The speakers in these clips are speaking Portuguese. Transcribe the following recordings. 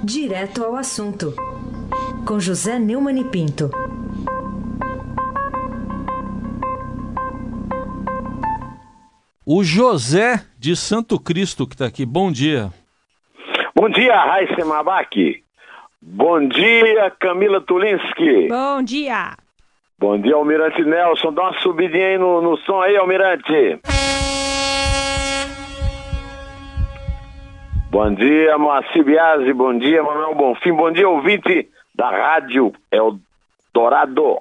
Direto ao assunto, com José Neumann e Pinto. O José de Santo Cristo que está aqui, bom dia. Bom dia, Raíssa Mabaque. Bom dia, Camila Tulinski. Bom dia. Bom dia, Almirante Nelson. Dá uma subidinha aí no som aí, Almirante. Bom dia, Moacir Biasi. Bom dia, Manuel Bonfim. Bom dia, ouvinte da Rádio Eldorado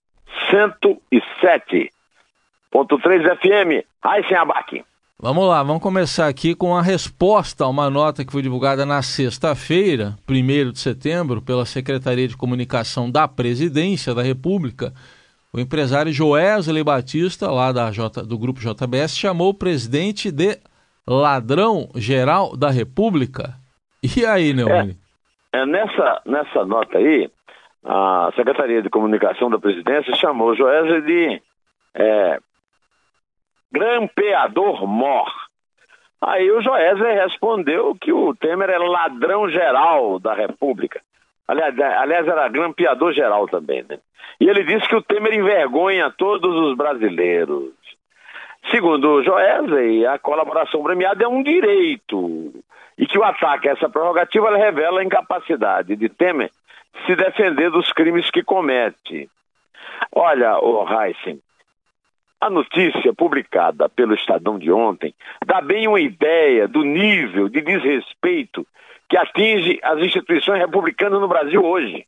107.3 FM. Raíssa Mabaque. Vamos lá, vamos começar aqui com a resposta a uma nota que foi divulgada na sexta-feira, 1º de setembro, pela Secretaria de Comunicação da Presidência da República. O empresário Joesley Batista, lá do Grupo JBS, chamou o presidente de ladrão geral da República. E aí, Neumann? Nessa nota aí, a Secretaria de Comunicação da Presidência chamou o Joesley de grampeador mor. Aí o Joesley respondeu que o Temer é ladrão geral da República. Aliás, era grampeador geral também, né? E ele disse que o Temer envergonha todos os brasileiros. Segundo o Joesley, a colaboração premiada é um direito e que o ataque a essa prerrogativa revela a incapacidade de Temer se defender dos crimes que comete. Olha, Raíssa, a notícia publicada pelo Estadão de ontem dá bem uma ideia do nível de desrespeito que atinge as instituições republicanas no Brasil hoje.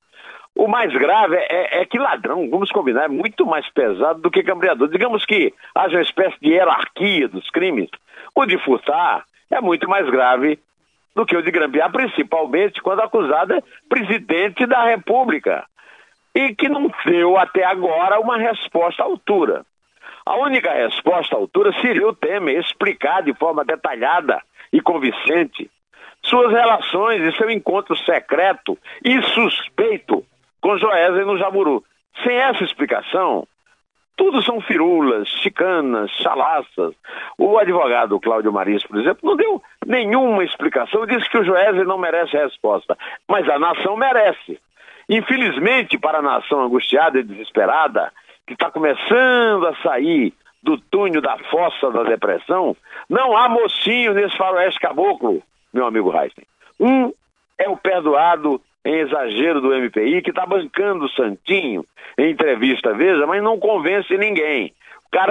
O mais grave é que ladrão, vamos combinar, é muito mais pesado do que grampeador. Digamos que haja uma espécie de hierarquia dos crimes. O de furtar é muito mais grave do que o de grampear, principalmente quando acusado é presidente da República e que não deu até agora uma resposta à altura. A única resposta à altura seria o Temer explicar de forma detalhada e convincente suas relações e seu encontro secreto e suspeito com Joesley no Jaburu. Sem essa explicação, tudo são firulas, chicanas, chalaças. O advogado Cláudio Maris, por exemplo, não deu nenhuma explicação, disse que o Joesley não merece resposta, mas a nação merece. Infelizmente, para a nação angustiada e desesperada, que está começando a sair do túnel da fossa da depressão, não há mocinho nesse faroeste caboclo, meu amigo Raíssa. Um é o perdoado em exagero do MPI, que está bancando o Santinho em entrevista, veja, mas não convence ninguém. O cara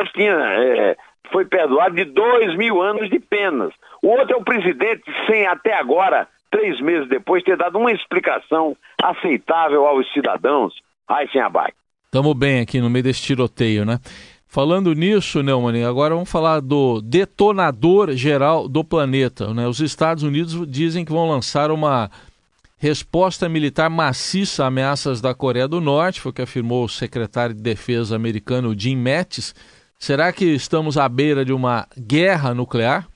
foi perdoado de 2.000 anos de penas. O outro é o presidente, sem até agora, 3 meses depois, ter dado uma explicação aceitável aos cidadãos. Raíssa Abac. Estamos bem aqui no meio desse tiroteio, né? Falando nisso, Neumann, agora vamos falar do detonador geral do planeta, né? Os Estados Unidos dizem que vão lançar uma resposta militar maciça a ameaças da Coreia do Norte, foi o que afirmou o secretário de Defesa americano Jim Mattis. Será que estamos à beira de uma guerra nuclear?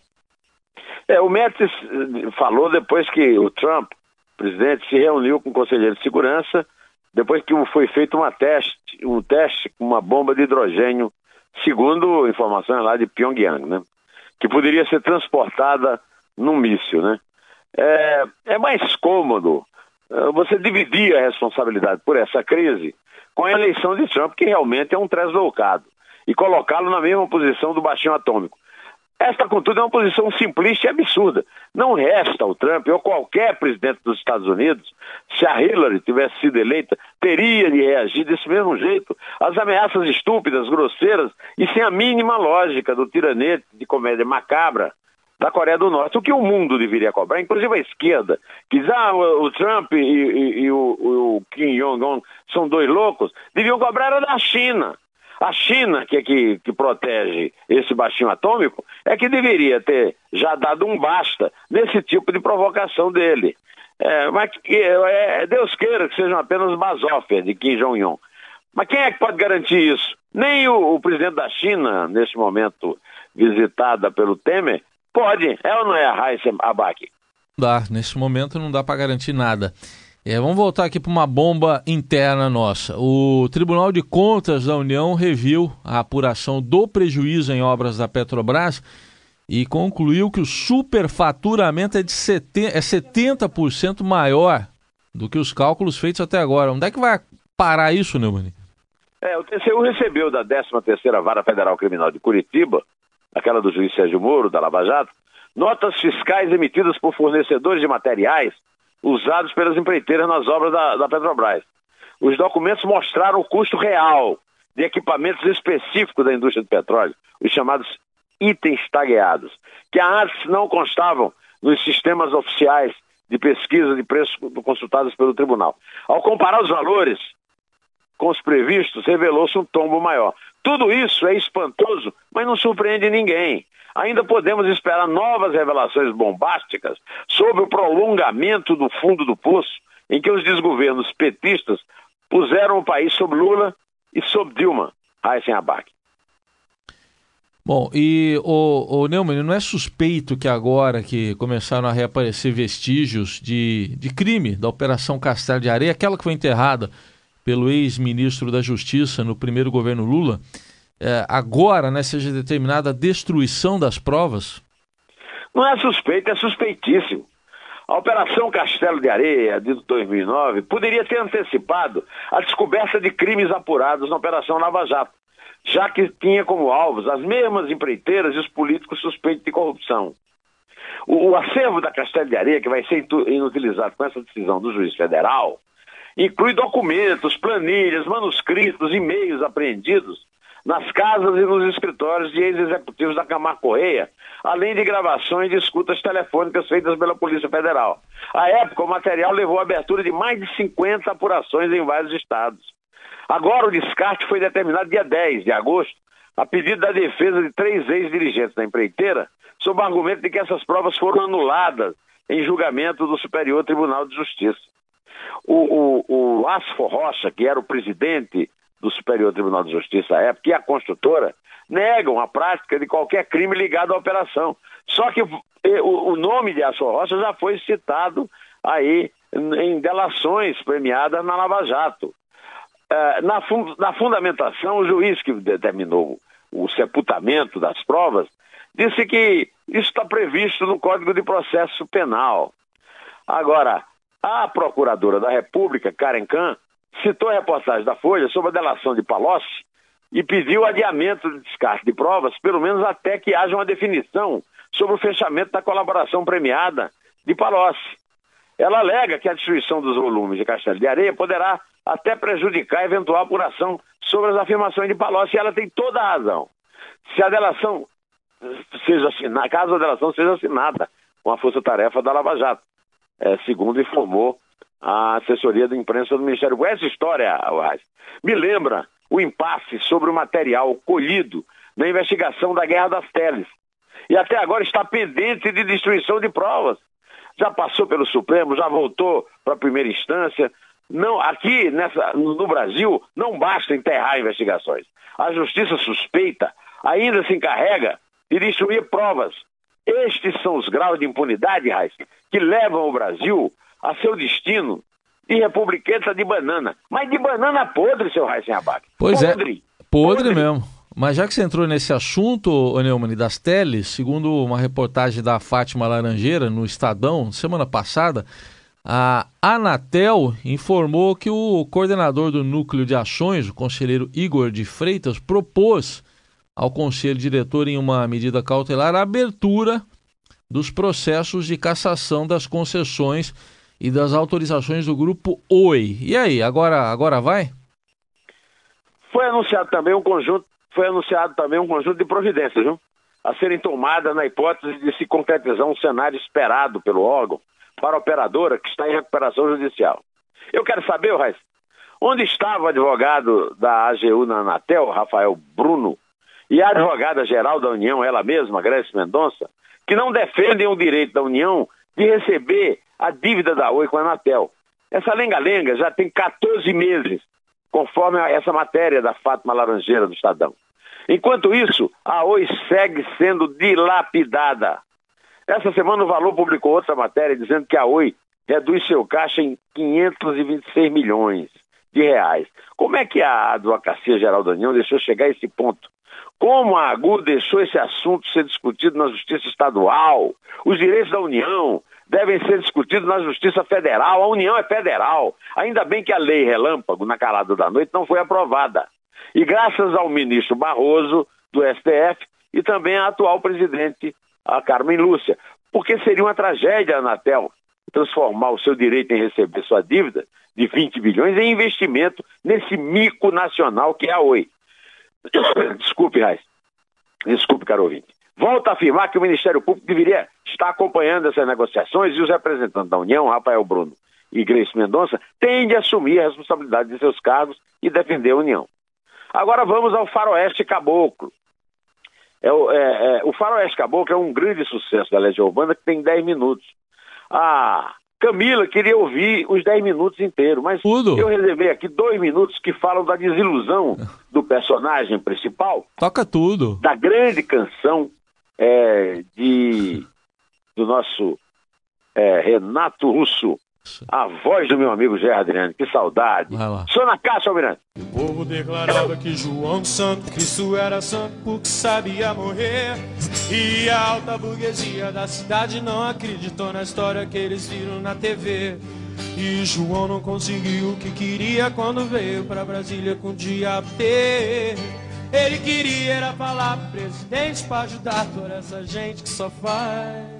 O Mattis falou depois que o Trump, presidente, se reuniu com o conselheiro de segurança, depois que foi feito um teste com uma bomba de hidrogênio, segundo informações lá de Pyongyang, né? Que poderia ser transportada num míssil, né? É mais cômodo você dividir a responsabilidade por essa crise com a eleição de Trump, que realmente é um tresloucado, e colocá-lo na mesma posição do baixinho atômico. Esta, contudo, é uma posição simplista e absurda. Não resta ao Trump ou qualquer presidente dos Estados Unidos, se a Hillary tivesse sido eleita, teria de reagir desse mesmo jeito às ameaças estúpidas, grosseiras e sem a mínima lógica do tiranete de comédia macabra da Coreia do Norte. O que o mundo deveria cobrar, inclusive a esquerda, que diz, o Trump e o Kim Jong-un são dois loucos, deviam cobrar era da China. A China, que protege esse baixinho atômico, é que deveria ter já dado um basta nesse tipo de provocação dele. Mas Deus queira que sejam apenas basófias de Kim Jong-un. Mas quem é que pode garantir isso? Nem o presidente da China, nesse momento visitada pelo Temer, pode. É ou não é, Raíssa Abac? Dá, nesse momento não dá para garantir nada. Vamos voltar aqui para uma bomba interna nossa. O Tribunal de Contas da União reviu a apuração do prejuízo em obras da Petrobras e concluiu que o superfaturamento é 70% maior do que os cálculos feitos até agora. Onde é que vai parar isso, Neumann? O TCU recebeu da 13ª Vara Federal Criminal de Curitiba, aquela do juiz Sérgio Moro, da Lava Jato, notas fiscais emitidas por fornecedores de materiais usados pelas empreiteiras nas obras da Petrobras. Os documentos mostraram o custo real de equipamentos específicos da indústria do petróleo, os chamados itens tagueados, que antes não constavam nos sistemas oficiais de pesquisa de preços consultados pelo tribunal. Ao comparar os valores com os previstos, revelou-se um tombo maior. Tudo isso é espantoso, mas não surpreende ninguém. Ainda podemos esperar novas revelações bombásticas sobre o prolongamento do fundo do poço, em que os desgovernos petistas puseram o país sob Lula e sob Dilma, Raíssen Abac. Bom, e o Neumann, não é suspeito que agora que começaram a reaparecer vestígios de crime da Operação Castelo de Areia, aquela que foi enterrada pelo ex-ministro da Justiça no primeiro governo Lula, agora, né, seja determinada a destruição das provas? Não é suspeito, é suspeitíssimo. A Operação Castelo de Areia, de 2009, poderia ter antecipado a descoberta de crimes apurados na Operação Lava Jato, já que tinha como alvos as mesmas empreiteiras e os políticos suspeitos de corrupção. O acervo da Castelo de Areia, que vai ser inutilizado com essa decisão do juiz federal, inclui documentos, planilhas, manuscritos, e-mails apreendidos nas casas e nos escritórios de ex-executivos da Camargo Correia, além de gravações de escutas telefônicas feitas pela Polícia Federal. À época, o material levou à abertura de mais de 50 apurações em vários estados. Agora, o descarte foi determinado dia 10 de agosto, a pedido da defesa de 3 ex-dirigentes da empreiteira, sob o argumento de que essas provas foram anuladas em julgamento do Superior Tribunal de Justiça. O Asfo Rocha, que era o presidente do Superior Tribunal de Justiça à época, e a construtora, negam a prática de qualquer crime ligado à operação. Só que o nome de Asfo Rocha já foi citado aí em delações premiadas na Lava Jato. Na fundamentação, o juiz que determinou o sepultamento das provas disse que isso está previsto no Código de Processo Penal. Agora, a Procuradora da República, Karen Kahn, citou a reportagem da Folha sobre a delação de Palocci e pediu adiamento de descarte de provas, pelo menos até que haja uma definição sobre o fechamento da colaboração premiada de Palocci. Ela alega que a destruição dos volumes de Castelo de Areia poderá até prejudicar a eventual apuração sobre as afirmações de Palocci, e ela tem toda a razão. Se a delação seja assinada, caso a delação seja assinada com a força-tarefa da Lava Jato, segundo informou a assessoria de imprensa do Ministério Público. Essa história, me lembra o impasse sobre o material colhido na investigação da Guerra das Teles. E até agora está pendente de destruição de provas. Já passou pelo Supremo, já voltou para a primeira instância. Não, aqui no Brasil não basta enterrar investigações. A justiça suspeita ainda se encarrega de destruir provas. Estes são os graus de impunidade, Raíssa, que levam o Brasil a seu destino de republiqueta de banana. Mas de banana podre, seu Raíssen Abac. Pois podre mesmo. Mas já que você entrou nesse assunto, Neumann, das teles, segundo uma reportagem da Fátima Laranjeira no Estadão, semana passada, a Anatel informou que o coordenador do Núcleo de Ações, o conselheiro Igor de Freitas, propôs ao conselho diretor, em uma medida cautelar, a abertura dos processos de cassação das concessões e das autorizações do Grupo Oi. E aí, agora vai? Foi anunciado também um conjunto de providências, viu? A serem tomadas na hipótese de se concretizar um cenário esperado pelo órgão para a operadora que está em recuperação judicial. Eu quero saber, Raíssa, onde estava o advogado da AGU na Anatel, Rafael Bruno, e a advogada-geral da União, ela mesma, Grécia Mendonça, que não defendem o direito da União de receber a dívida da Oi com a Anatel. Essa lenga-lenga já tem 14 meses, conforme essa matéria da Fátima Laranjeira do Estadão. Enquanto isso, a Oi segue sendo dilapidada. Essa semana o Valor publicou outra matéria dizendo que a Oi reduz seu caixa em 526 milhões de reais. Como é que a Advocacia Geral da União deixou chegar a esse ponto Como a AGU deixou esse assunto ser discutido na Justiça Estadual? Os direitos da União devem ser discutidos na Justiça Federal. A União é federal. Ainda bem que a lei relâmpago, na calada da noite, não foi aprovada. E graças ao ministro Barroso, do STF, e também à atual presidente, a Carmen Lúcia. Porque seria uma tragédia, Anatel, transformar o seu direito em receber sua dívida de 20 bilhões em investimento nesse mico nacional que é a Oi. Desculpe, Raiz. Desculpe, caro ouvinte. Volto a afirmar que o Ministério Público deveria estar acompanhando essas negociações e os representantes da União, Rafael Bruno e Grace Mendonça, têm de assumir a responsabilidade de seus cargos e defender a União. Agora vamos ao Faroeste Caboclo. O Faroeste Caboclo é um grande sucesso da Legião Urbana que tem 10 minutos. A Camila queria ouvir os 10 minutos inteiros, mas eu reservei aqui 2 minutos que falam da desilusão do personagem principal. Toca tudo. Da grande canção do nosso Renato Russo, a voz do meu amigo Zé Adriano. Que saudade. Sou na caixa, Almirante. O povo declarava que João Santo Cristo era santo porque sabia morrer. E a alta burguesia da cidade não acreditou na história que eles viram na TV. E João não conseguiu o que queria quando veio pra Brasília com o diabo ter. Ele queria era falar pro presidente pra ajudar toda essa gente que só faz.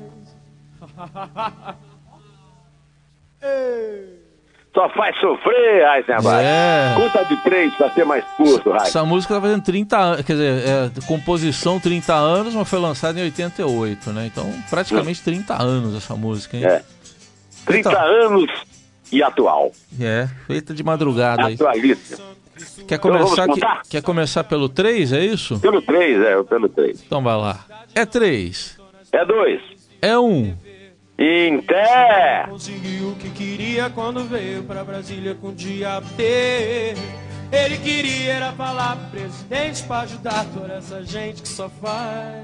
Só faz sofrer, Eisenbach. Conta de 3 para ser mais curto, Raiz. Essa música tá fazendo 30 anos, quer dizer, composição 30 anos, mas foi lançada em 88, né? Então, praticamente 30 anos essa música, hein? 30 anos e atual. Feita de madrugada aí. Atualíssima. Quer começar pelo 3, é isso? Pelo 3, pelo 3. Então vai lá. É 3. É 2. É 1. Inter! Conseguiu o que queria quando veio pra Brasília com o diabo ter. Ele queria era falar pro presidente pra ajudar toda essa gente que só faz.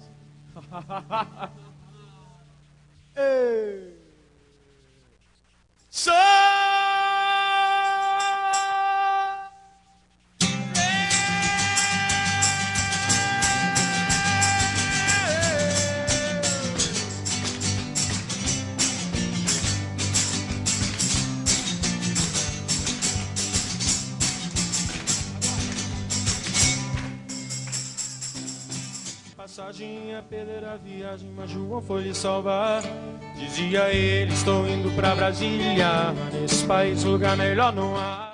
Passagem ia perder a viagem, mas João foi lhe salvar. Dizia ele, estou indo pra Brasília, nesse país lugar melhor não há.